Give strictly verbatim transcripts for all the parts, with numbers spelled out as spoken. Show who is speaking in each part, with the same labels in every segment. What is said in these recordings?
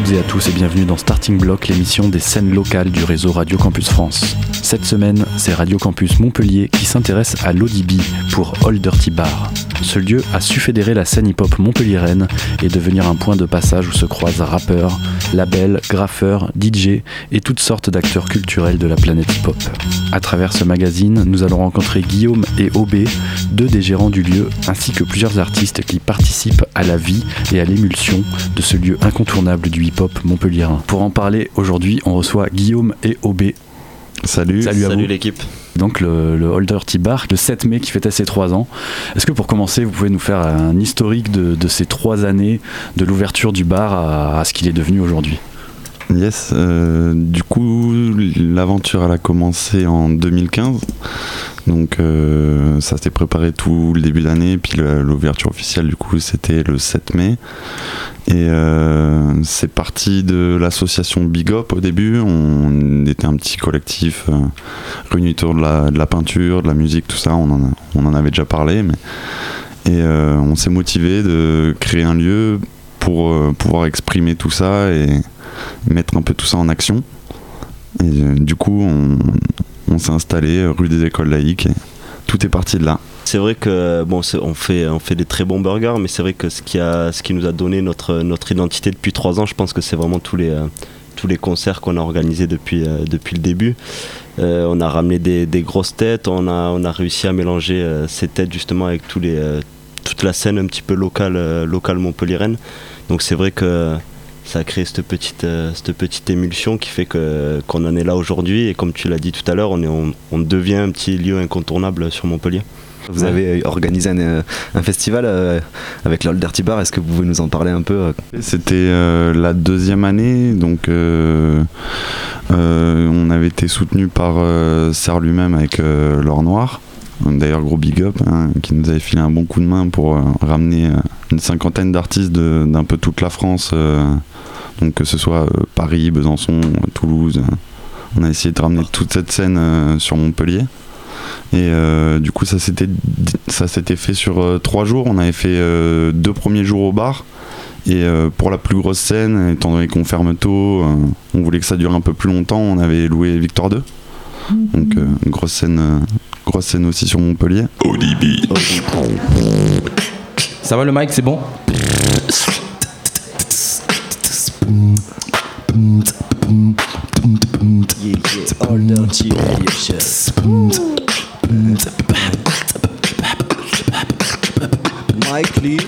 Speaker 1: toutes et à tous et bienvenue dans Starting Block, l'émission des scènes locales du réseau Radio Campus France. Cette semaine, c'est Radio Campus Montpellier qui s'intéresse à l'O D B pour Old Dirty Bar. Ce lieu a su fédérer la scène hip-hop montpelliéraine et devenir un point de passage où se croisent rappeurs, labels, graffeurs, D J et toutes sortes d'acteurs culturels de la planète hip-hop. À travers ce magazine, nous allons rencontrer Guillaume et O B, deux des gérants du lieu, ainsi que plusieurs artistes qui participent à la vie et à l'émulsion de ce lieu incontournable du hip-hop montpelliérain. Pour en parler, aujourd'hui, on reçoit Guillaume et O B.
Speaker 2: Salut,
Speaker 1: salut, à
Speaker 2: salut
Speaker 1: vous.
Speaker 2: L'équipe.
Speaker 1: Donc le, le Old Dirty Bar, le sept mai qui fêtait ses trois ans. Est-ce que pour commencer, vous pouvez nous faire un historique de, de ces trois années, de l'ouverture du bar à, à ce qu'il est devenu aujourd'hui ?
Speaker 2: Yes, euh, du coup l'aventure elle a commencé en deux mille quinze, donc euh, ça s'est préparé tout le début d'année, puis le, l'ouverture officielle du coup c'était le sept mai, et euh, c'est parti de l'association Big Up au début. On était un petit collectif euh, réuni autour de la, de la peinture, de la musique, tout ça, on en, a, on en avait déjà parlé, mais, et euh, on s'est motivé de créer un lieu pour euh, pouvoir exprimer tout ça et mettre un peu tout ça en action. Et euh, du coup on, on s'est installé rue des Écoles Laïques et tout est parti de là.
Speaker 3: C'est vrai que bon, c'est, on, fait, on fait des très bons burgers, mais c'est vrai que ce qui, a, ce qui nous a donné notre, notre identité depuis trois ans, je pense que c'est vraiment tous les, euh, tous les concerts qu'on a organisés depuis, euh, depuis le début. Euh, on a ramené des, des grosses têtes, on a, on a réussi à mélanger euh, ces têtes justement avec tous les, euh, toute la scène un petit peu locale, euh, locale montpelliéraine. Donc c'est vrai que ça a créé cette petite, euh, cette petite émulsion qui fait que, qu'on en est là aujourd'hui, et comme tu l'as dit tout à l'heure, on, est, on, on devient un petit lieu incontournable sur Montpellier.
Speaker 4: Vous avez organisé un, un festival euh, avec l'Old Dirty Bar, est-ce que vous pouvez nous en parler un peu ?
Speaker 2: C'était euh, la deuxième année, donc euh, euh, on avait été soutenu par euh, Serre lui-même avec euh, l'Or Noir. D'ailleurs gros big up, hein, qui nous avait filé un bon coup de main pour euh, ramener euh, une cinquantaine d'artistes de, d'un peu toute la France, euh, donc que ce soit euh, Paris, Besançon, Toulouse. Euh, on a essayé de ramener toute cette scène euh, sur Montpellier. Et euh, du coup ça s'était, ça s'était fait sur euh, trois jours. On avait fait euh, deux premiers jours au bar. Et euh, pour la plus grosse scène, étant donné qu'on ferme tôt, euh, on voulait que ça dure un peu plus longtemps, on avait loué Victor deux. Donc euh, une grosse scène, euh, grosse scène aussi sur Montpellier. O D B.
Speaker 5: Ça va le mic, c'est bon?
Speaker 6: Yeah, yeah, all dirty radio show. Mike Lee.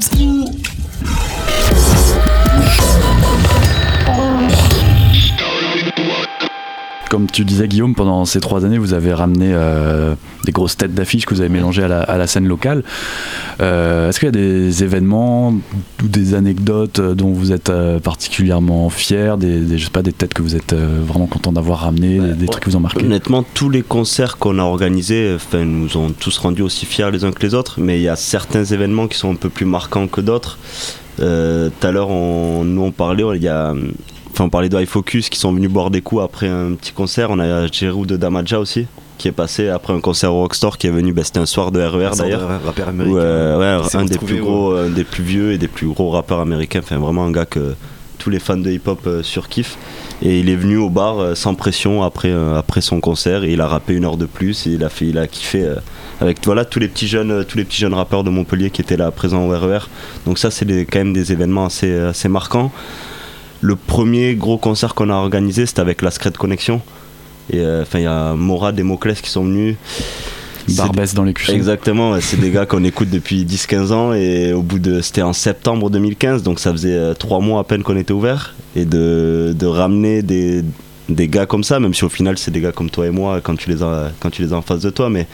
Speaker 1: Comme tu disais Guillaume, pendant ces trois années, vous avez ramené euh, des grosses têtes d'affiches que vous avez mélangées à la, à la scène locale. Euh, est-ce qu'il y a des événements ou des anecdotes dont vous êtes euh, particulièrement fiers, des, des, je sais pas, des têtes que vous êtes euh, vraiment content d'avoir ramenées, ouais, des, des trucs qui vous ont marqué?
Speaker 3: Honnêtement, tous les concerts qu'on a organisés enfin, nous ont tous rendus aussi fiers les uns que les autres, mais il y a certains événements qui sont un peu plus marquants que d'autres. Tout euh, à l'heure, on, nous on parlait, il y a... Enfin, on parlait de High Focus qui sont venus boire des coups après un petit concert. On a Jérou de Damaja aussi qui est passé après un concert au Rockstore qui est venu, bah, c'était un soir de R E R d'ailleurs.
Speaker 4: Un rappeur américain.
Speaker 3: Où, euh, ouais, un des
Speaker 4: retrouvé,
Speaker 3: plus gros,
Speaker 4: ouais.
Speaker 3: un des plus vieux et des plus gros rappeurs américains. Enfin, vraiment un gars que tous les fans de hip-hop euh, surkiffent. Et il est venu au bar euh, sans pression après, euh, après son concert et il a rappé une heure de plus et il a, fait, il a kiffé euh, avec voilà, tous, les petits jeunes, tous les petits jeunes rappeurs de Montpellier qui étaient là présents au R E R. Donc ça, c'est des, quand même des événements assez, assez marquants. Le premier gros concert qu'on a organisé, c'était avec la Secret Connection. Et enfin, euh, il y a Morad et Moclès qui sont venus.
Speaker 1: Barbès dans les cuissons.
Speaker 3: Exactement, c'est des gars qu'on écoute depuis dix quinze ans. Et au bout de. C'était en septembre deux mille quinze, donc ça faisait euh, trois mois à peine qu'on était ouvert. Et de, de ramener des, des gars comme ça, même si au final, c'est des gars comme toi et moi quand tu les as, quand tu les as en face de toi. Mais.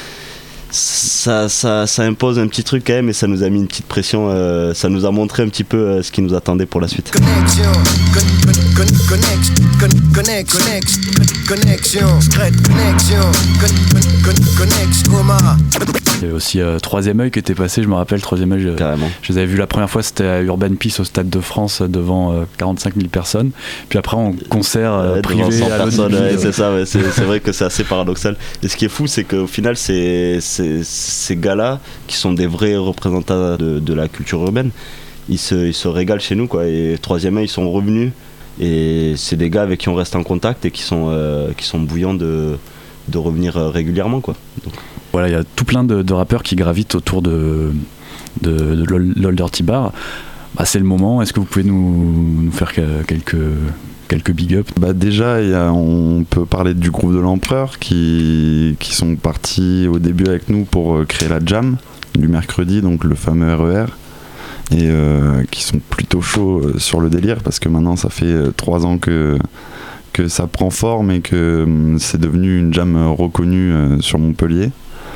Speaker 3: Ça, ça, ça impose un petit truc quand même et ça nous a mis une petite pression, euh, ça nous a montré un petit peu euh, ce qui nous attendait pour la suite.
Speaker 7: Connexion, con, con, con, connex, con, connex, connex, con, connexion, connexion, con, con, con, connex, coma.
Speaker 1: Il y avait aussi euh, Troisième Œil qui était passé, je me rappelle, Troisième Œil, je,
Speaker 3: Carrément.
Speaker 1: je les avais vus la première fois, c'était à Urban Peace au Stade de France devant euh, quarante-cinq mille personnes. Puis après en concert euh,
Speaker 3: ouais,
Speaker 1: privé
Speaker 3: cent
Speaker 1: à
Speaker 3: personnes, ouais,
Speaker 1: euh...
Speaker 3: c'est ça, ouais, c'est, c'est vrai que c'est assez paradoxal. Et ce qui est fou, c'est qu'au final, c'est, c'est, ces gars-là, qui sont des vrais représentants de, de la culture urbaine, ils se, ils se régalent chez nous, quoi. Et troisième œil, ils sont revenus. Et c'est des gars avec qui on reste en contact et qui sont, euh, qui sont bouillants de, de revenir régulièrement, quoi. Donc.
Speaker 1: Voilà, il y a tout plein de, de rappeurs qui gravitent autour de, de, de l'Old Dirty Bar. Bah, c'est le moment. Est-ce que vous pouvez nous, nous faire quelques, quelques big up?
Speaker 2: Bah déjà, y a, on peut parler du groupe de l'Empereur qui, qui sont partis au début avec nous pour créer la jam du mercredi, donc le fameux R E R. Et euh, qui sont plutôt chauds euh, sur le délire parce que maintenant ça fait euh, trois ans que, que ça prend forme et que euh, c'est devenu une jam euh, reconnue euh, sur Montpellier.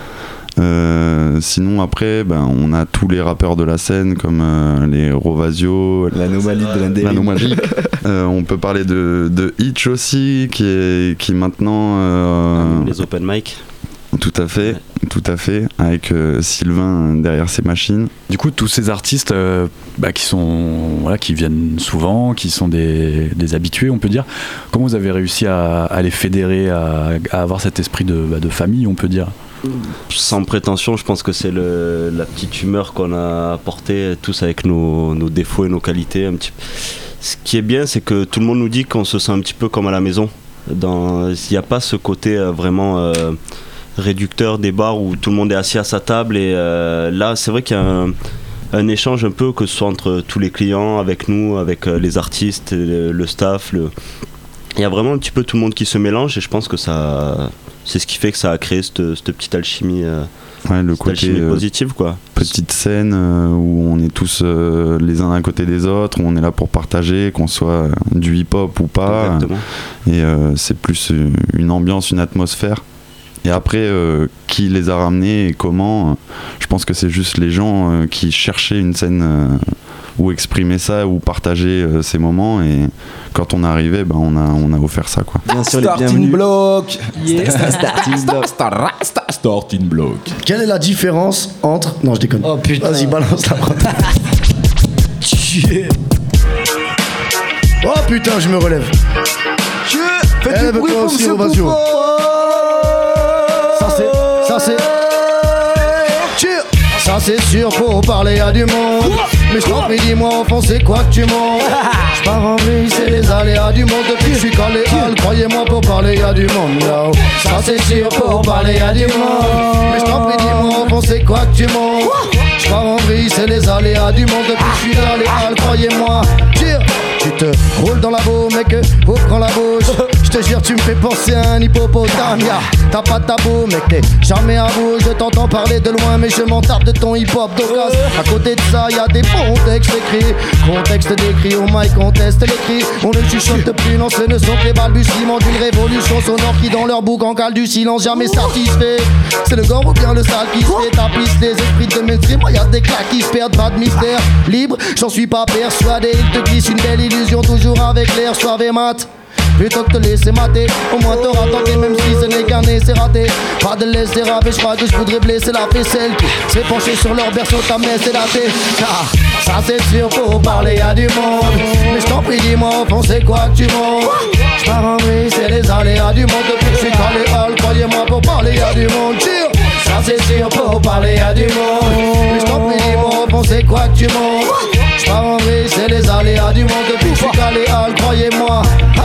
Speaker 2: Euh, sinon après ben, on a tous les rappeurs de la scène comme euh, les Rovasio,
Speaker 4: l'anomalie de l'Indérim.
Speaker 2: L'anomalie. euh, on peut parler de, de Hitch aussi qui est qui maintenant euh,
Speaker 3: les open mic.
Speaker 2: Tout à fait, ouais. tout à fait, avec euh, Sylvain derrière ses machines.
Speaker 1: Du coup, tous ces artistes euh, bah, qui sont, voilà, qui viennent souvent, qui sont des, des habitués, on peut dire. Comment vous avez réussi à, à les fédérer, à, à avoir cet esprit de, bah, de famille, on peut dire?
Speaker 3: Sans prétention, je pense que c'est le, la petite humeur qu'on a apportée tous avec nos, nos défauts et nos qualités. Un petit... Ce qui est bien, c'est que tout le monde nous dit qu'on se sent un petit peu comme à la maison. Il n'y a pas ce côté euh, vraiment... Euh, réducteur des bars où tout le monde est assis à sa table et euh, là c'est vrai qu'il y a un, un échange un peu que ce soit entre tous les clients, avec nous, avec euh, les artistes, le, le staff, le... il y a vraiment un petit peu tout le monde qui se mélange et je pense que ça c'est ce qui fait que ça a créé cette, cette petite alchimie, euh,
Speaker 2: ouais, le
Speaker 3: cette
Speaker 2: côté
Speaker 3: alchimie positive, quoi.
Speaker 2: Petite scène euh, où on est tous euh, les uns à côté des autres, où on est là pour partager, qu'on soit du hip-hop ou pas.
Speaker 3: Exactement.
Speaker 2: Et euh, c'est plus une ambiance, une atmosphère. Et après, euh, qui les a ramenés et comment, euh, je pense que c'est juste les gens euh, qui cherchaient une scène euh, où exprimer ça, où partager euh, ces moments. Et quand on est arrivé, ben, on, a, on a offert ça, quoi.
Speaker 4: Bien sûr,
Speaker 6: Starting
Speaker 4: les bienvenus.
Speaker 6: block.
Speaker 4: Yeah. Starting block.
Speaker 6: Starting block.
Speaker 5: Quelle est la différence entre... Non, je déconne.
Speaker 6: Oh putain.
Speaker 5: Vas-y, balance la prod. Oh putain, je me relève.
Speaker 6: Faites
Speaker 5: Elle
Speaker 6: du
Speaker 5: veut
Speaker 6: bruit
Speaker 5: toi
Speaker 6: pour
Speaker 5: aussi,
Speaker 6: ce
Speaker 5: Ovasio.
Speaker 6: poupon.
Speaker 5: Ça c'est... Ça c'est... Cheer. Ça c'est sûr, faut parler à du monde. Mais je t'en prie, dis-moi au fond, c'est quoi que tu montes? Je pars en vrille, c'est les aléas du monde. Depuis que je suis calé, Al, croyez-moi, pour parler à du monde, yo. Ça c'est sûr, faut parler à du monde. Mais je t'en prie, dis-moi au fond, c'est quoi que tu montes? Je pars en vrille, c'est les aléas du monde. Depuis que je suis calé, Al, croyez-moi. Cheer. Tu te roules dans la boue, mec, ouvre la bouche. Je te jure, tu me fais penser à un hippopotame, ya. T'as pas de tabou, mec, t'es jamais à bout. Je t'entends parler de loin, mais je m'en tape de ton hip-hop d'occasion. À côté de ça, y'a des bons textes écrits. Contexte décrit, au mic, conteste l'écrit. On ne chuchote plus, non, ce ne sont que les balbutiements d'une révolution sonore qui, dans leur bouc, encale du silence, jamais satisfait. C'est le gore ou bien le sale qui se fait tapisse les esprits de mainstream. Y'a des claques qui se perdent, pas de mystère. Libre, j'en suis pas persuadé. Il te glisse une belle illusion, toujours avec l'air suave et mat. Plutôt que te laisser mater, au moins t'auras tenté, même si ce n'est qu'un nez, c'est raté. Pas de laisser raper, je crois que je voudrais blesser la ficelle qui s'est penchée sur leur berceau, ta messe est datée. Ah, ça c'est sûr, faut parler à du monde. Mais je t'en prie, dis-moi au fond, c'est quoi que tu montes? Je pars en vrille, c'est les aléas du monde. Depuis que je suis calé, Al, croyez-moi, pour parler à du monde. Cheer. Ça c'est sûr, faut parler à du monde. Mais je t'en prie, dis-moi au fond, c'est quoi que tu montes? Je pars en vrille, c'est les aléas du monde. Depuis que je suis calé, Al, croyez-moi. Ah.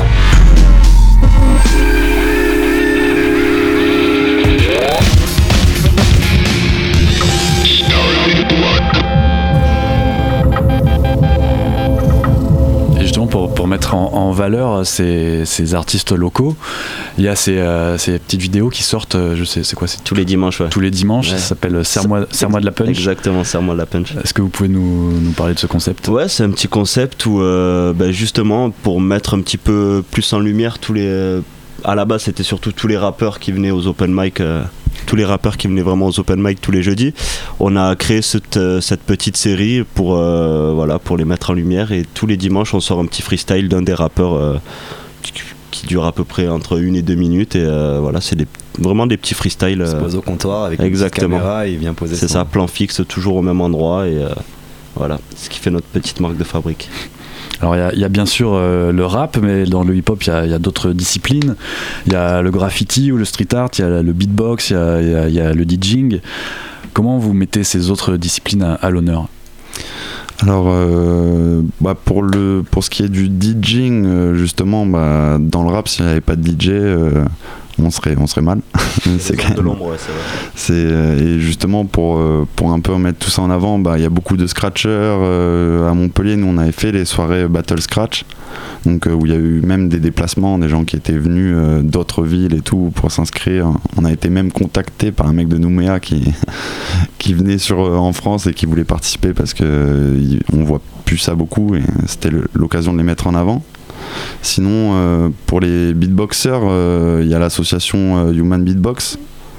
Speaker 1: Et justement, pour, pour mettre en, en valeur ces, ces artistes locaux, il y a ces, euh, ces petites vidéos qui sortent, je sais, c'est quoi, c'est
Speaker 3: tous les dimanches, ouais.
Speaker 1: Tous les dimanches,
Speaker 3: Ouais.
Speaker 1: ça s'appelle Serre-moi, Serre-moi de la punch.
Speaker 3: Exactement, Serre-moi de la punch.
Speaker 1: Est-ce que vous pouvez nous, nous parler de ce concept?
Speaker 3: Ouais, c'est un petit concept où, euh, bah, justement, pour mettre un petit peu plus en lumière tous les... Euh, à la base, c'était surtout tous les rappeurs qui venaient aux open mic, euh, tous les rappeurs qui venaient vraiment aux open mic tous les jeudis. On a créé cette, euh, cette petite série pour, euh, voilà, pour les mettre en lumière, et tous les dimanches, on sort un petit freestyle d'un des rappeurs euh, qui, qui dure à peu près entre une et deux minutes, et euh, voilà, c'est des, vraiment des petits freestyles.
Speaker 4: Il se pose au comptoir avec une petite caméra et il vient poser.
Speaker 3: C'est
Speaker 4: son...
Speaker 3: ça, plan fixe, toujours au même endroit, et euh, voilà, ce qui fait notre petite marque de fabrique.
Speaker 1: Alors il y, y a bien sûr euh, le rap, mais dans le hip-hop il y, y a d'autres disciplines. Il y a le graffiti ou le street art, il y a le beatbox, il y, y, y a le DJing. Comment vous mettez ces autres disciplines à, à l'honneur?
Speaker 2: Alors, euh, bah pour, le, pour ce qui est du DJing, euh, justement, bah, dans le rap, s'il n'y avait pas de D J, euh, on, serait, on serait mal. c'est quand même,
Speaker 3: de l'ombre, ouais, c'est vrai.
Speaker 2: C'est, euh, et justement, pour, euh, pour un peu remettre tout ça en avant, bah, y a beaucoup de scratchers. Euh, à Montpellier, nous, on avait fait les soirées Battle Scratch, donc, euh, où il y a eu même des déplacements, des gens qui étaient venus euh, d'autres villes et tout pour s'inscrire. On a été même contacté par un mec de Nouméa qui, qui venait sur, euh, en France et qui voulait participer parce qu'on euh, voit plus ça beaucoup et c'était le, l'occasion de les mettre en avant. Sinon, euh, pour les beatboxers, il euh, y a l'association euh, Human Beatbox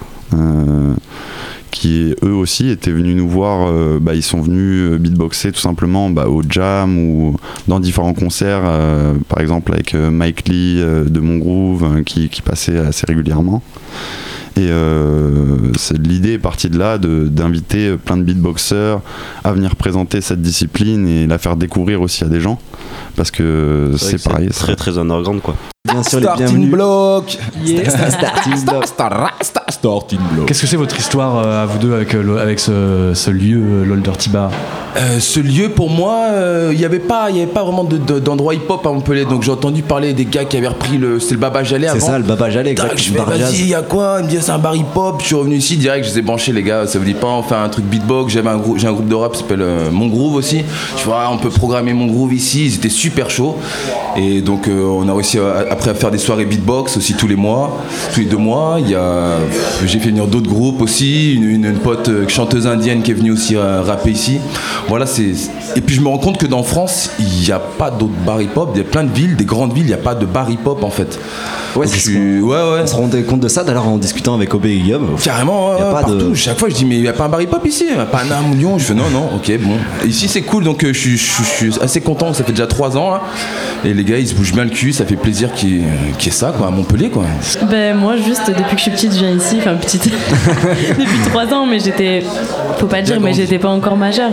Speaker 2: euh, qui eux aussi étaient venus nous voir. Euh, bah, ils sont venus beatboxer tout simplement bah, au jam ou dans différents concerts, euh, par exemple avec euh, Mike Lee euh, de Mon Groove euh, qui, qui passait assez régulièrement. Et euh, c'est, l'idée est partie de là, de, d'inviter plein de beatboxers à venir présenter cette discipline et la faire découvrir aussi à des gens. Parce que c'est,
Speaker 3: c'est, c'est
Speaker 2: pareil.
Speaker 3: Très
Speaker 2: ça.
Speaker 3: très underground quoi.
Speaker 4: Bien sûr, les
Speaker 6: Starting
Speaker 4: bienvenus.
Speaker 6: block.
Speaker 4: Yeah. Starting block.
Speaker 6: Starting block.
Speaker 1: Qu'est-ce que c'est votre histoire euh, à vous deux avec, euh, avec ce, ce lieu, euh, l'Old Dirty Bar?
Speaker 6: Euh, ce lieu pour moi, il euh, n'y avait pas, il y avait pas vraiment de, de, d'endroit hip-hop à Montpellier. Donc j'ai entendu parler des gars qui avaient repris le, c'était le Baba Jalais avant.
Speaker 4: C'est ça, le Baba Jalais,
Speaker 6: Tac,
Speaker 4: exact.
Speaker 6: je fais,
Speaker 4: bar jazz.
Speaker 6: vas-y, il y a quoi? Il me dit c'est un bar hip-hop. Je suis revenu ici direct, je les ai branchés les gars. Ça vous dit pas on fait un truc beatbox? J'avais un grou- j'ai un groupe de rap qui s'appelle euh, Mon Groove aussi. Je vois, on peut programmer Mon Groove ici. Ils étaient super chauds. Et donc euh, on a réussi à, après à faire des soirées beatbox aussi tous les mois, tous les deux mois. Il y a, j'ai fait venir d'autres groupes aussi. Une, une, une pote euh, chanteuse indienne qui est venue aussi euh, rapper ici. Voilà, c'est. Et puis je me rends compte que dans France, il n'y a pas d'autres bars hip-hop. Il y a plein de villes, des grandes villes, il n'y a pas de bar hip-hop en fait.
Speaker 4: Ouais,
Speaker 6: Donc
Speaker 4: c'est
Speaker 6: je suis- ouais, ouais.
Speaker 4: On se rendait compte de ça d'ailleurs en discutant avec Obé et Guillaume.
Speaker 6: Carrément, ouais,
Speaker 4: Y a
Speaker 6: ouais,
Speaker 4: pas
Speaker 6: partout.
Speaker 4: de-
Speaker 6: Chaque fois, je dis, mais il n'y a pas un bar hip-hop ici? Pas un Nam ou Lyon? Je fais, non, non, ok, bon. Et ici, c'est cool, donc euh, je, suis, je suis- je suis assez content. Ça fait déjà trois ans, là. Et les gars, ils se bougent bien le cul. Ça fait plaisir qu'il y ait, qu'il y ait ça, quoi, à Montpellier, quoi.
Speaker 8: Ben moi juste depuis que je suis petite je viens ici, enfin petite depuis trois ans mais j'étais, faut pas dire mais j'étais pas encore majeure.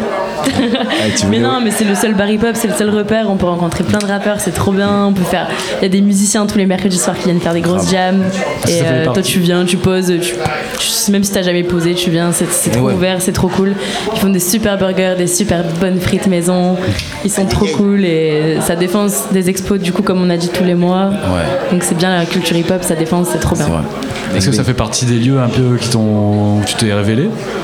Speaker 4: tu
Speaker 8: Mais
Speaker 4: voulais-
Speaker 8: non mais c'est le seul bar hip-hop, c'est le seul repère, on peut rencontrer plein de rappeurs, c'est trop bien, on peut faire, il y a des musiciens tous les mercredis soirs qui viennent faire des grosses jams
Speaker 1: Ça
Speaker 8: et
Speaker 1: fait
Speaker 8: euh, toi
Speaker 1: partie.
Speaker 8: tu viens, tu poses, tu, tu- même si t'as jamais posé tu viens, c'est, c'est trop
Speaker 6: Ouais.
Speaker 8: ouvert, c'est trop cool. Ils font des super burgers, des super bonnes frites maison, ils sont trop cool et ça défonce des expos du coup comme on a dit tous les mois.
Speaker 6: Ouais.
Speaker 8: Donc c'est bien la culture hip-hop, ça défonce, c'est trop bien.
Speaker 6: C'est vrai.
Speaker 1: Est-ce que ça fait partie des lieux un peu qui t'ont, où tu t'es révélé?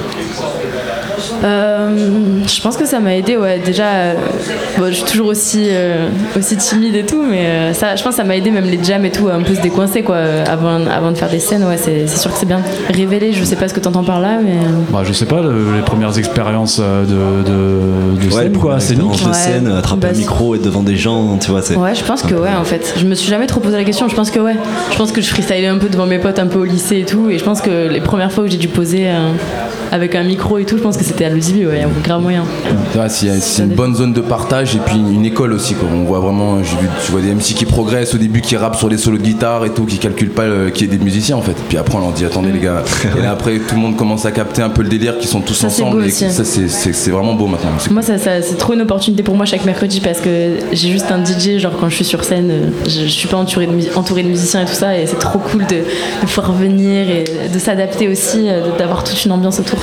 Speaker 8: Euh, je pense que ça m'a aidé, ouais. Déjà, euh, bon, je suis toujours aussi, euh, aussi timide et tout, mais euh, ça, je pense que ça m'a aidé, même les jams et tout, à un peu se décoincer, quoi, avant, avant de faire des scènes, ouais, c'est, c'est sûr que c'est bien. Révéler, je sais pas ce que t'entends par là, mais.
Speaker 1: Bah, je sais pas, le- les premières expériences euh, de, de, de
Speaker 4: Ouais,
Speaker 1: scène,
Speaker 4: le
Speaker 1: quoi,
Speaker 4: premier
Speaker 1: scénique.
Speaker 4: expérience de
Speaker 8: Ouais.
Speaker 4: scène, attraper
Speaker 8: Bah,
Speaker 4: un
Speaker 8: c'est-
Speaker 4: micro et être devant des gens, tu vois, c'est.
Speaker 8: Ouais, je pense que ouais, en fait. Je me suis jamais trop posé la question, je pense que ouais. Je pense que je freestylais un peu devant mes potes, un peu au lycée et tout, et je pense que les premières fois où j'ai dû poser euh, avec un micro et tout, je pense que c'était à l'O D B, ouais, y a grave moyen.
Speaker 6: Ouais, c'est, c'est une bonne zone de partage et puis une école aussi, quoi. On voit vraiment, j'ai vu, tu vois des M C qui progressent au début, qui rappent sur les solos de guitare et tout, qui calculent pas euh, qu'il y ait des musiciens en fait. Puis après on leur dit attendez les gars. Et là après tout le monde commence à capter un peu le délire, qui sont tous
Speaker 8: Ça, c'est
Speaker 6: ensemble.
Speaker 8: beau
Speaker 6: Et
Speaker 8: aussi.
Speaker 6: ça c'est, c'est, c'est vraiment beau maintenant. C'est
Speaker 8: Moi, ça, ça- c'est trop une opportunité pour moi chaque mercredi parce que j'ai juste un D J, genre quand je suis sur scène, euh, je, je suis pas entourée de, mu- entourée de musiciens et tout ça, et c'est trop cool de, de pouvoir venir et de s'adapter aussi, euh, d'avoir toute une ambiance autour.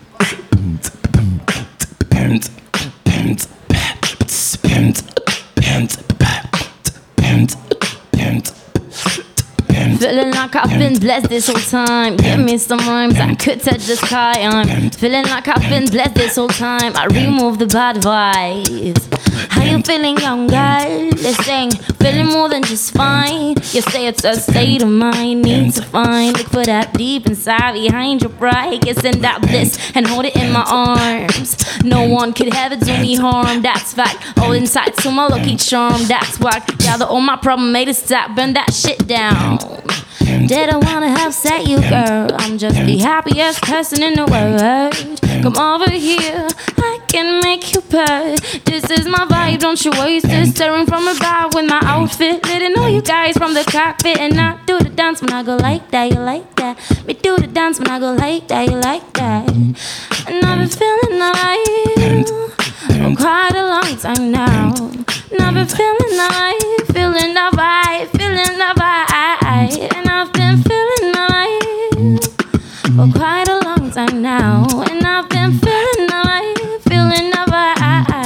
Speaker 9: Feeling like I've been blessed this whole time. Give me some rhymes I could touch the sky. I'm feeling like I've been blessed this whole time. I remove the bad vibes. How you feeling, young guy? Listen, feeling more than just fine. You say it's a state of mind. Need to find, look for that deep inside behind your pride. Get send that bliss and hold it in my arms. No one could ever do me harm. That's fact. All inside to my lucky charm. That's why gather all my problem, made it stop, burn that shit down. Didn't wanna upset you, girl. I'm just the happiest person in the world. Come over here, I can make you purr. This is my vibe, don't you waste it. Staring from above with my outfit. Didn't know you guys from the cockpit. And I do the dance when I go like that, you like that. Me do the dance when I go like that, you like that. And I've been feeling like for quite a long time now. And I've been feeling like, feeling the vibe, feeling the vibe. And I've been feeling like for quite a long time now. And I've been feeling the vibe, feeling the vibe.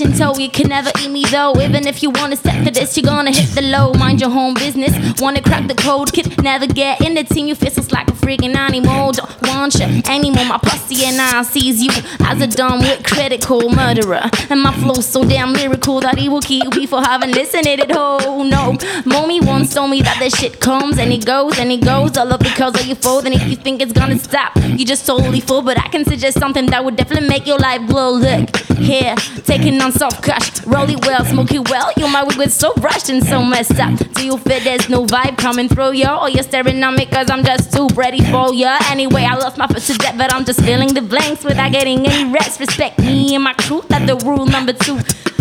Speaker 9: touching toe. You can never eat me though. Even if you wanna step to this, you're gonna hit the low. Mind your home business. Wanna crack the code, kid, never get in the team. You feel just like a freaking animal. Don't want you anymore. My pussy and I sees you as a dumb with critical murderer. And my flow's so damn lyrical that he will kill me for having listened to it. Oh no, mommy once told me that this shit comes and it goes and it goes all up because of your fold. And if you think it's gonna stop, you just totally full. But I can suggest something that would definitely make your life glow. Look here, taking on soft cash, roll it well, smoke it well. You my wig was so brushed and so messed up. Do you feel there's no vibe coming through you, or you're staring at me cause I'm just too ready for you? Anyway, I lost my foot to death, but I'm just filling the blanks without getting any rest. Respect me and my crew, that's the rule number two.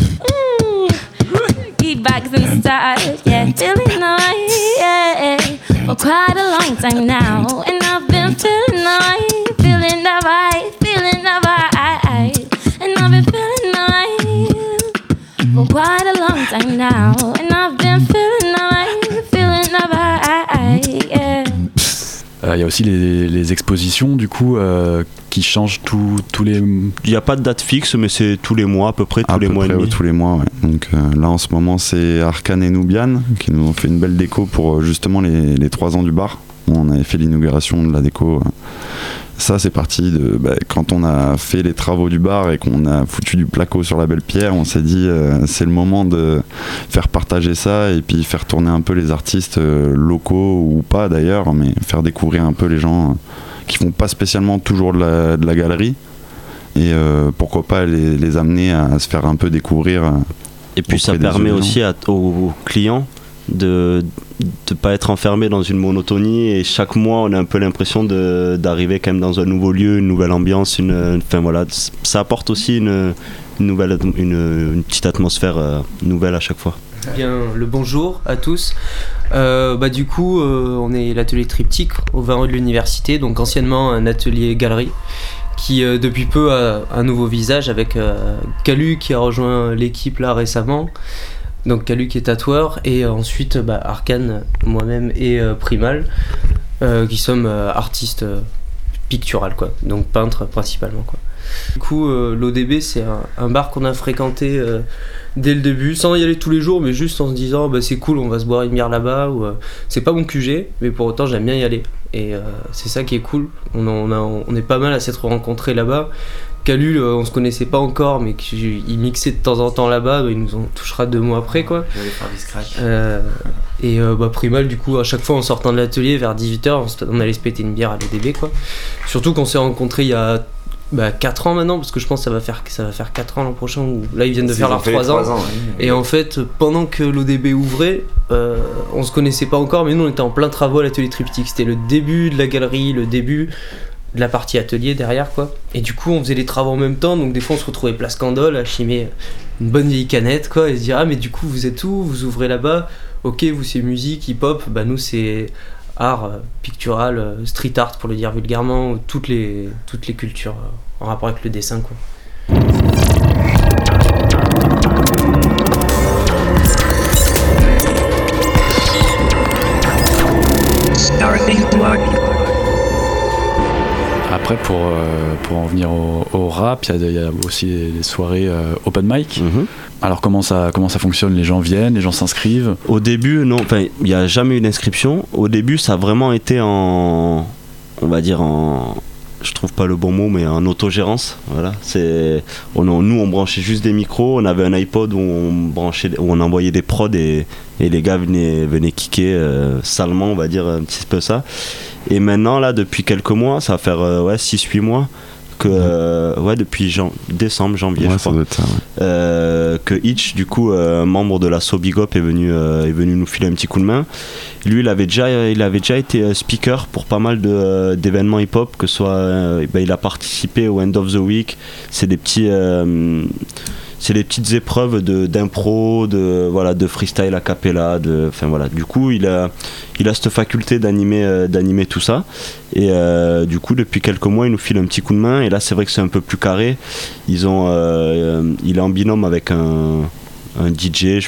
Speaker 9: Mm. Keep bags in style, yeah, feeling nice, yeah, for quite a long time now. And I've been feeling nice, feeling the vibe, feeling the vibe. And I've been feeling nice for quite a long time now. And I've been feeling nice, feeling the vibe, yeah.
Speaker 1: Il euh, y a aussi les, les expositions du coup euh, qui changent tous tous les.
Speaker 3: Il n'y a pas de date fixe, mais c'est tous les mois à peu près, tous
Speaker 2: à
Speaker 3: les
Speaker 2: peu
Speaker 3: mois
Speaker 2: près,
Speaker 3: et demi.
Speaker 2: Ouais, tous les mois, ouais. Donc euh, là en ce moment c'est Arkan et Nubian qui nous ont fait une belle déco pour justement les, les trois ans du bar. On avait fait l'inauguration de la déco. Ça c'est parti de bah, quand on a fait les travaux du bar et qu'on a foutu du placo sur la belle pierre, on s'est dit euh, c'est le moment de faire partager ça et puis faire tourner un peu les artistes euh, locaux ou pas d'ailleurs, mais faire découvrir un peu les gens euh, qui font pas spécialement toujours de la, de la galerie et euh, pourquoi pas les, les amener à, à se faire un peu découvrir. Euh,
Speaker 3: et puis ça permet aussi à, aux clients de ne pas être enfermé dans une monotonie, et chaque mois on a un peu l'impression de, d'arriver quand même dans un nouveau lieu, une nouvelle ambiance, une, enfin voilà, ça apporte aussi une, une, nouvelle, une, une petite atmosphère euh, nouvelle à chaque fois.
Speaker 10: Bien, le bonjour à tous. Euh, bah, du coup, euh, on est l'atelier Triptyque au vingt rue de l'Université, donc anciennement un atelier galerie qui euh, depuis peu a un nouveau visage avec euh, Calu qui a rejoint l'équipe là récemment. Donc Calu qui est tatoueur, et euh, ensuite bah, Arkan, moi-même et euh, Primal euh, qui sommes euh, artistes euh, picturales quoi, donc peintres principalement quoi. Du coup euh, l'O D B c'est un, un bar qu'on a fréquenté euh, dès le début, sans y aller tous les jours mais juste en se disant bah, c'est cool, on va se boire une bière là-bas, ou euh, c'est pas mon Q G mais pour autant j'aime bien y aller, et euh, c'est ça qui est cool. On, a, on, a, on est pas mal à s'être rencontrés là-bas. Calu, euh, on se connaissait pas encore, mais il mixait de temps en temps là-bas, bah, il nous en touchera deux mois après quoi.
Speaker 11: Je vais aller faire des scratchs.
Speaker 10: Euh, et euh, bah, Primal, du coup, à chaque fois en sortant de l'atelier vers dix-huit heures, on, on allait se péter une bière à l'O D B quoi. Surtout qu'on s'est rencontrés il y a bah, quatre ans maintenant, parce que je pense que ça va faire, ça va faire quatre ans l'an prochain, où là ils viennent de faire leurs trois ans. ans ouais. Et en fait, pendant que l'O D B ouvrait, euh, on se connaissait pas encore, mais nous on était en plein travaux à l'atelier Triptyque. C'était le début de la galerie, le début de la partie atelier derrière quoi, et du coup on faisait les travaux en même temps, donc des fois on se retrouvait place Candole à chimer une bonne vieille canette quoi, et se dire ah mais du coup vous êtes où, vous ouvrez là-bas, ok vous c'est musique, hip-hop, bah nous c'est art, euh, pictural, euh, street art pour le dire vulgairement, toutes les, toutes les cultures euh, en rapport avec le dessin quoi.
Speaker 1: Après, pour, euh, pour en venir au, au rap, il y, y a aussi des soirées euh, open mic. Mm-hmm. Alors comment ça, comment ça fonctionne? Les gens viennent, les gens s'inscrivent?
Speaker 3: Au début, non, enfin, il n'y a jamais eu d'inscription. Au début, ça a vraiment été en, on va dire en, je trouve pas le bon mot, mais en autogérance. Voilà, c'est, on, nous on branchait juste des micros, on avait un iPod où on branchait, où on envoyait des prods et, et les gars venaient, venaient kicker euh, salement, on va dire un petit peu ça. Et maintenant là, depuis quelques mois, ça va faire euh, ouais six huit mois que euh, ouais depuis jan- décembre janvier
Speaker 2: ouais,
Speaker 3: je crois,
Speaker 2: ça, ouais.
Speaker 3: euh, que Hitch du coup euh, membre de l'assaut Big Up est venu euh, est venu nous filer un petit coup de main. Lui il avait déjà il avait déjà été speaker pour pas mal de euh, d'événements hip hop, que ce soit euh, bah, il a participé au End of the Week. C'est des petits euh, c'est des petites épreuves de d'impro, de voilà, de freestyle a cappella, de enfin voilà. Du coup, il a il a cette faculté d'animer euh, d'animer tout ça, et euh, du coup depuis quelques mois, il nous file un petit coup de main, et là c'est vrai que c'est un peu plus carré. Ils ont euh, il est en binôme avec un un D J, je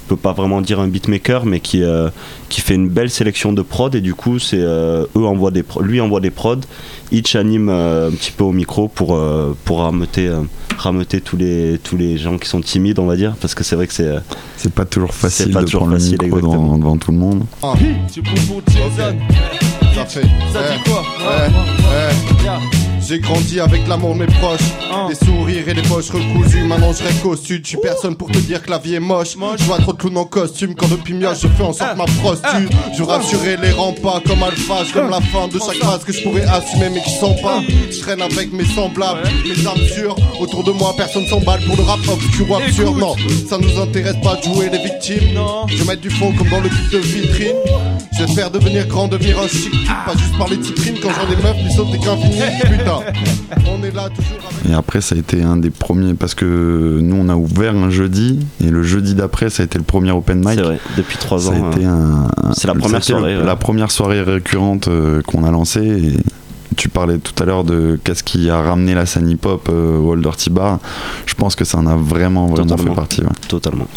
Speaker 3: peux pas vraiment dire un beatmaker, mais qui, euh, qui fait une belle sélection de prod, et du coup, c'est, euh, eux envoient des pro- lui envoie des prods, Itch anime euh, un petit peu au micro pour, euh, pour rameuter, euh, rameuter tous, les, tous les gens qui sont timides, on va dire, parce que c'est vrai que c'est... Euh,
Speaker 2: c'est pas toujours facile
Speaker 3: pas
Speaker 2: de
Speaker 3: toujours
Speaker 2: prendre
Speaker 3: facile,
Speaker 2: le micro devant, devant tout le monde.
Speaker 11: Ah. Tu pour Jason. Ça fait. Ça dit quoi? Ouais, ouais. J'ai grandi avec l'amour de mes proches, des sourires et des poches recousues. Maintenant je reste au sud, je suis personne pour te dire que la vie est moche. Je vois trop de clowns en costume quand depuis mioche je fais en sorte ma prostue. Je rassurer les remparts comme Alpha, j'aime la fin de chaque phase que je pourrais assumer mais qui sont pas. Je traîne avec mes semblables, mes âmes sûres. Autour de moi personne s'emballe pour le rap obscur ou absurde. Non, ça nous intéresse pas de jouer les victimes. Je vais mettre du fond comme dans le clip de vitrine. J'espère devenir grand, devenir un chic type, pas juste parler titrine quand j'en ai meufs, les sauts des qu'infini. Putain, on est là toujours avec...
Speaker 2: Et après ça a été un des premiers, parce que nous on a ouvert un jeudi, et le jeudi d'après ça a été le premier open mic.
Speaker 3: C'est vrai, depuis trois ans.
Speaker 2: Ça a été un,
Speaker 3: c'est la première soirée.
Speaker 2: Le,
Speaker 3: ouais.
Speaker 2: La première soirée récurrente euh, qu'on a lancée. Et tu parlais tout à l'heure de qu'est-ce qui a ramené la scène hip-hop euh, au Old Dirty Bar. Je pense que ça en a vraiment, vraiment
Speaker 3: Totalement.
Speaker 2: fait partie. Ouais.
Speaker 3: Totalement.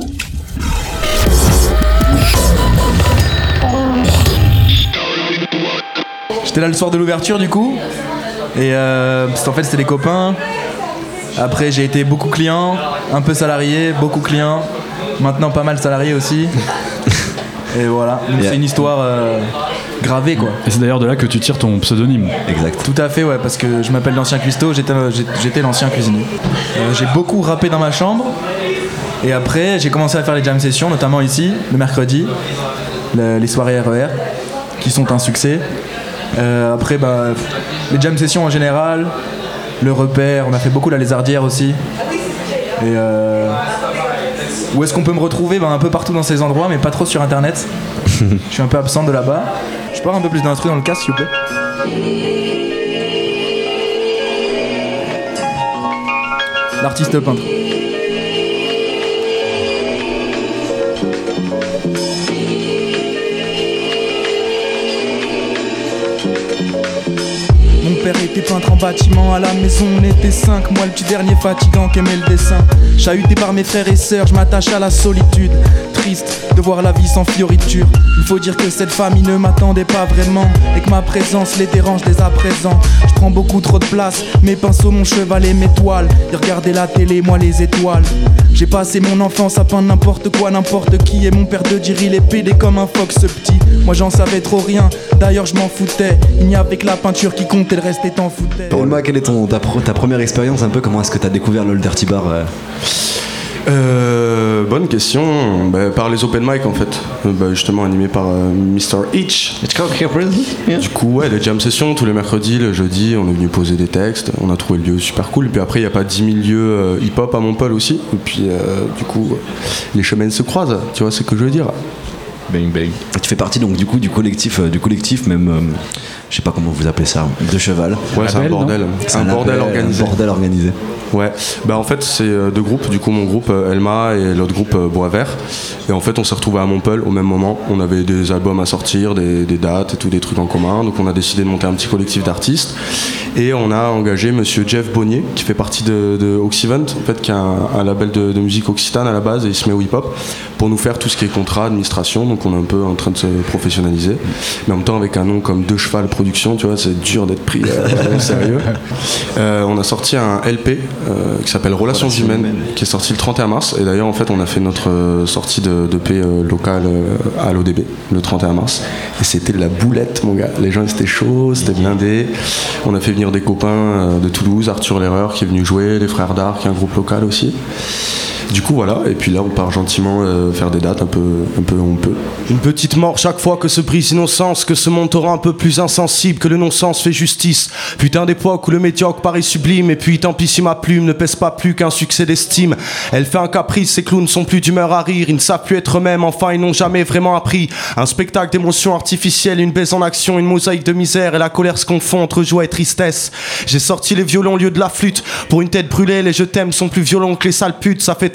Speaker 12: J'étais là le soir de l'ouverture du coup, et euh, parce qu'en fait c'était des copains. Après j'ai été beaucoup client, un peu salarié, beaucoup client, maintenant pas mal salarié aussi. Et voilà, donc yeah. C'est une histoire euh, gravée quoi.
Speaker 1: Et c'est d'ailleurs de là que tu tires ton pseudonyme.
Speaker 12: Exact. Tout à fait, ouais, parce que je m'appelle l'ancien cuistot, j'étais, j'étais l'ancien cuisinier. Euh, j'ai beaucoup rappé dans ma chambre, et après j'ai commencé à faire les jam sessions, notamment ici, le mercredi, le, les soirées R E R, qui sont un succès. Euh, après, bah, les jam sessions en général, le repère, on a fait beaucoup la lézardière aussi. Et euh, où est-ce qu'on peut me retrouver? Bah, un peu partout dans ces endroits, mais pas trop sur internet. Je suis un peu absent de là-bas. Je peux avoir un peu plus d'instru dans le casque, s'il vous plaît? L'artiste peintre. Mon père était peintre en bâtiment, à la maison on était cinq. Moi le petit dernier fatigant qui aimait le dessin. Chahuté par mes frères et sœurs, je m'attache à la solitude. Triste de voir la vie sans fioriture. Il faut dire que cette famille ne m'attendait pas vraiment, et que ma présence les dérange dès à présent. Je prends beaucoup trop de place, mes pinceaux, mon cheval et mes toiles. Et regardez la télé, moi les étoiles. J'ai passé mon enfance à peindre n'importe quoi, n'importe qui. Et mon père de dire il est pédé comme un fox ce petit. Moi j'en savais trop rien, d'ailleurs je m'en foutais. Il n'y avait que la peinture qui comptait, le reste étant foutait.
Speaker 4: Parle-moi, quelle est ton, ta, ta première expérience un peu? Comment est-ce que tu as découvert le Old Dirty Bar? euh
Speaker 13: Euh, bonne question. Bah, par les open mic en fait, euh, bah, justement animé par euh, mister Itch. Du coup, ouais, les jam sessions tous les mercredis, le jeudi, on est venu poser des textes. On a trouvé le lieu super cool. Puis après, il n'y a pas dix mille lieux euh, hip-hop à Montpellier aussi. Et puis, euh, du coup, les chemins se croisent. Tu vois ce que je veux dire?
Speaker 4: Bang bang. Tu fais partie donc du coup du collectif, euh, du collectif même. Euh, je sais pas comment vous appelez ça, de cheval.
Speaker 13: Ouais, c'est un bordel.
Speaker 4: C'est
Speaker 13: un,
Speaker 4: un
Speaker 13: bordel
Speaker 4: appel,
Speaker 13: organisé.
Speaker 4: Un bordel organisé.
Speaker 13: Ouais, bah en fait c'est euh, deux groupes, du coup mon groupe euh, Elma et l'autre groupe euh, Bois Vert. Et en fait on s'est retrouvés à Montpellier au même moment. On avait des albums à sortir, des, des dates et tout, des trucs en commun. Donc on a décidé de monter un petit collectif d'artistes. Et on a engagé monsieur Jeff Bonnier, qui fait partie de, de Oxyvent, en fait, qui est un, un label de, de musique occitane à la base, et il se met au hip-hop, pour nous faire tout ce qui est contrat, administration. Donc on est un peu en train de se professionnaliser. Mais en même temps avec un nom comme Deux Cheval Production, tu vois, c'est dur d'être pris euh, au sérieux. Euh, on a sorti un L P euh, qui s'appelle Relations, Relations humaines, humaines, qui est sorti le trente et un mars. Et d'ailleurs, en fait, on a fait notre euh, sortie de, de P euh, locale euh, à l'O D B le trente et un mars. Et c'était de la boulette, mon gars. Les gens étaient chauds, c'était blindé. On a fait venir des copains euh, de Toulouse, Arthur L'Erreur qui est venu jouer, les Frères d'Art, qui est un groupe local aussi. Du coup voilà, et puis là on part gentiment euh, faire des dates un peu, un peu on peut.
Speaker 14: Une petite mort chaque fois que se brise l'innocence, que ce monde aura un peu plus insensible, que le non-sens fait justice. Putain d'époque où le médiocre paraît sublime, et puis tant pis si ma plume ne pèse pas plus qu'un succès d'estime. Elle fait un caprice, ces clowns sont plus d'humeur à rire, ils ne savent plus être eux-mêmes, enfin ils n'ont jamais vraiment appris. Un spectacle d'émotions artificielles, une baisse en action, une mosaïque de misère, et la colère se confond entre joie et tristesse. J'ai sorti les violons au lieu de la flûte, pour une tête brûlée, les je t'aime sont plus violents que les sales putes, ça fait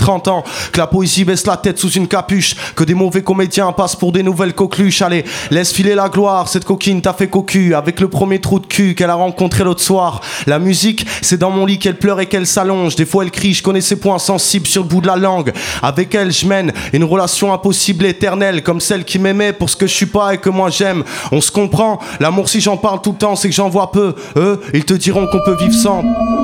Speaker 14: trente ans. Que la poésie baisse la tête sous une capuche. Que des mauvais comédiens passent pour des nouvelles coqueluches. Allez, laisse filer la gloire, cette coquine t'a fait cocu. Avec le premier trou de cul qu'elle a rencontré l'autre soir. La musique, c'est dans mon lit qu'elle pleure et qu'elle s'allonge. Des fois elle crie, je connais ses points sensibles sur le bout de la langue. Avec elle, je mène une relation impossible, éternelle. Comme celle qui m'aimait pour ce que je suis pas et que moi j'aime. On se comprend, l'amour si j'en parle tout le temps, c'est que j'en vois peu. Eux, ils te diront qu'on peut vivre sans.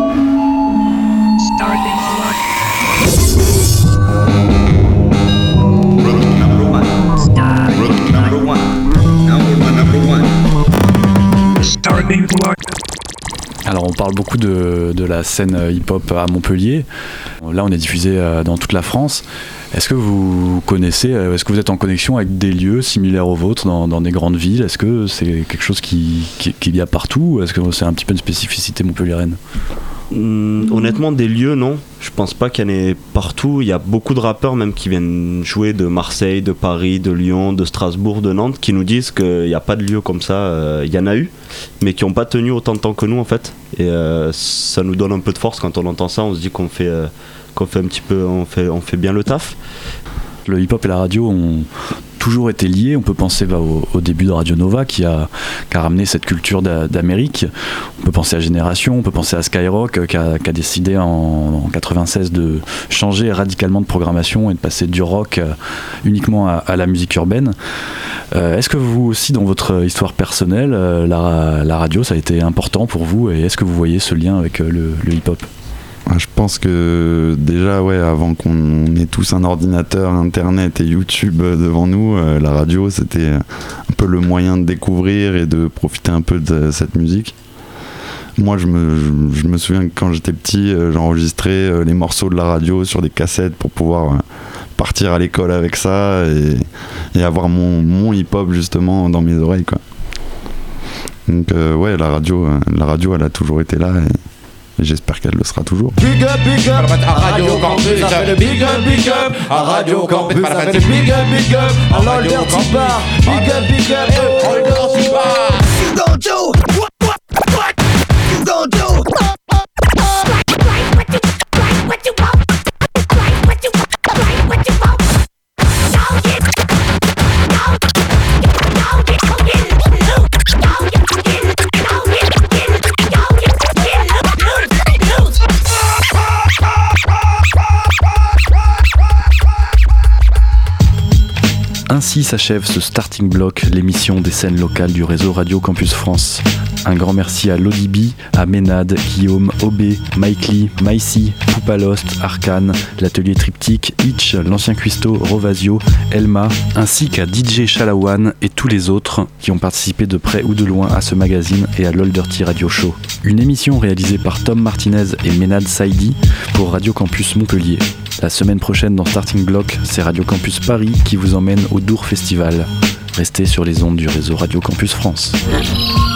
Speaker 1: Alors on parle beaucoup de, de la scène hip-hop à Montpellier. Là on est diffusé dans toute la France. Est-ce que vous connaissez, est-ce que vous êtes en connexion avec des lieux similaires aux vôtres dans, dans des grandes villes? Est-ce que c'est quelque chose qui, qui, qu'il y a partout? Est-ce que c'est un petit peu une spécificité montpelliéraine?
Speaker 3: Hum, honnêtement, des lieux, non. Je pense pas qu'il y en ait partout. Il y a beaucoup de rappeurs même qui viennent jouer de Marseille, de Paris, de Lyon, de Strasbourg, de Nantes, qui nous disent qu'il n'y a pas de lieu comme ça. Euh, il y en a eu, mais qui n'ont pas tenu autant de temps que nous en fait. Et euh, ça nous donne un peu de force quand on entend ça. On se dit qu'on fait, euh, qu'on fait un petit peu, on fait, on fait bien le taf.
Speaker 1: Le hip-hop et la radio ont toujours été liés. On peut penser bah, au, au début de Radio Nova qui a, qui a ramené cette culture d'a, d'Amérique. On peut penser à Génération, on peut penser à Skyrock qui a, qui a décidé en, en quatre-vingt-seize de changer radicalement de programmation et de passer du rock euh, uniquement à, à la musique urbaine. Euh, est-ce que vous aussi, dans votre histoire personnelle, euh, la, la radio, ça a été important pour vous et est-ce que vous voyez ce lien avec euh, le, le hip-hop ?
Speaker 2: Je pense que déjà, ouais, avant qu'on ait tous un ordinateur, internet et YouTube devant nous, euh, la radio c'était un peu le moyen de découvrir et de profiter un peu de cette musique. Moi je me, je, je me souviens que quand j'étais petit, euh, j'enregistrais euh, les morceaux de la radio sur des cassettes pour pouvoir euh, partir à l'école avec ça et, et avoir mon, mon hip-hop justement dans mes oreilles, quoi. Donc euh, ouais, la radio, euh, la radio elle a toujours été là et Et j'espère qu'elle le sera toujours.
Speaker 5: Big up, big up, à Radio Campus, ça fait le big up, big up, à Radio Campus, ça fait le big up, big up, à l'Olderty-Bar, big up, big up, Olderty-Bar. You gon' do, what, what, what, you gon' do, what you want, what you want, what you want, don't get, don't, don't get, don't get, don't get, don't get, don't get, don't get,
Speaker 1: Ainsi s'achève ce Starting Block, l'émission des scènes locales du réseau Radio Campus France. Un grand merci à Lodibi, à Ménade, Guillaume, Obé, Mike Lee, Maïsi, Poupa Lost, Arcane, l'atelier Triptyque, Itch, l'ancien cuistot, Rovasio, Elma, ainsi qu'à D J Chalawan et tous les autres qui ont participé de près ou de loin à ce magazine et à l'Olderty Radio Show. Une émission réalisée par Tom Martinez et Ménade Saidi pour Radio Campus Montpellier. La semaine prochaine dans Starting Block, c'est Radio Campus Paris qui vous emmène au Dour Festival. Restez sur les ondes du réseau Radio Campus France.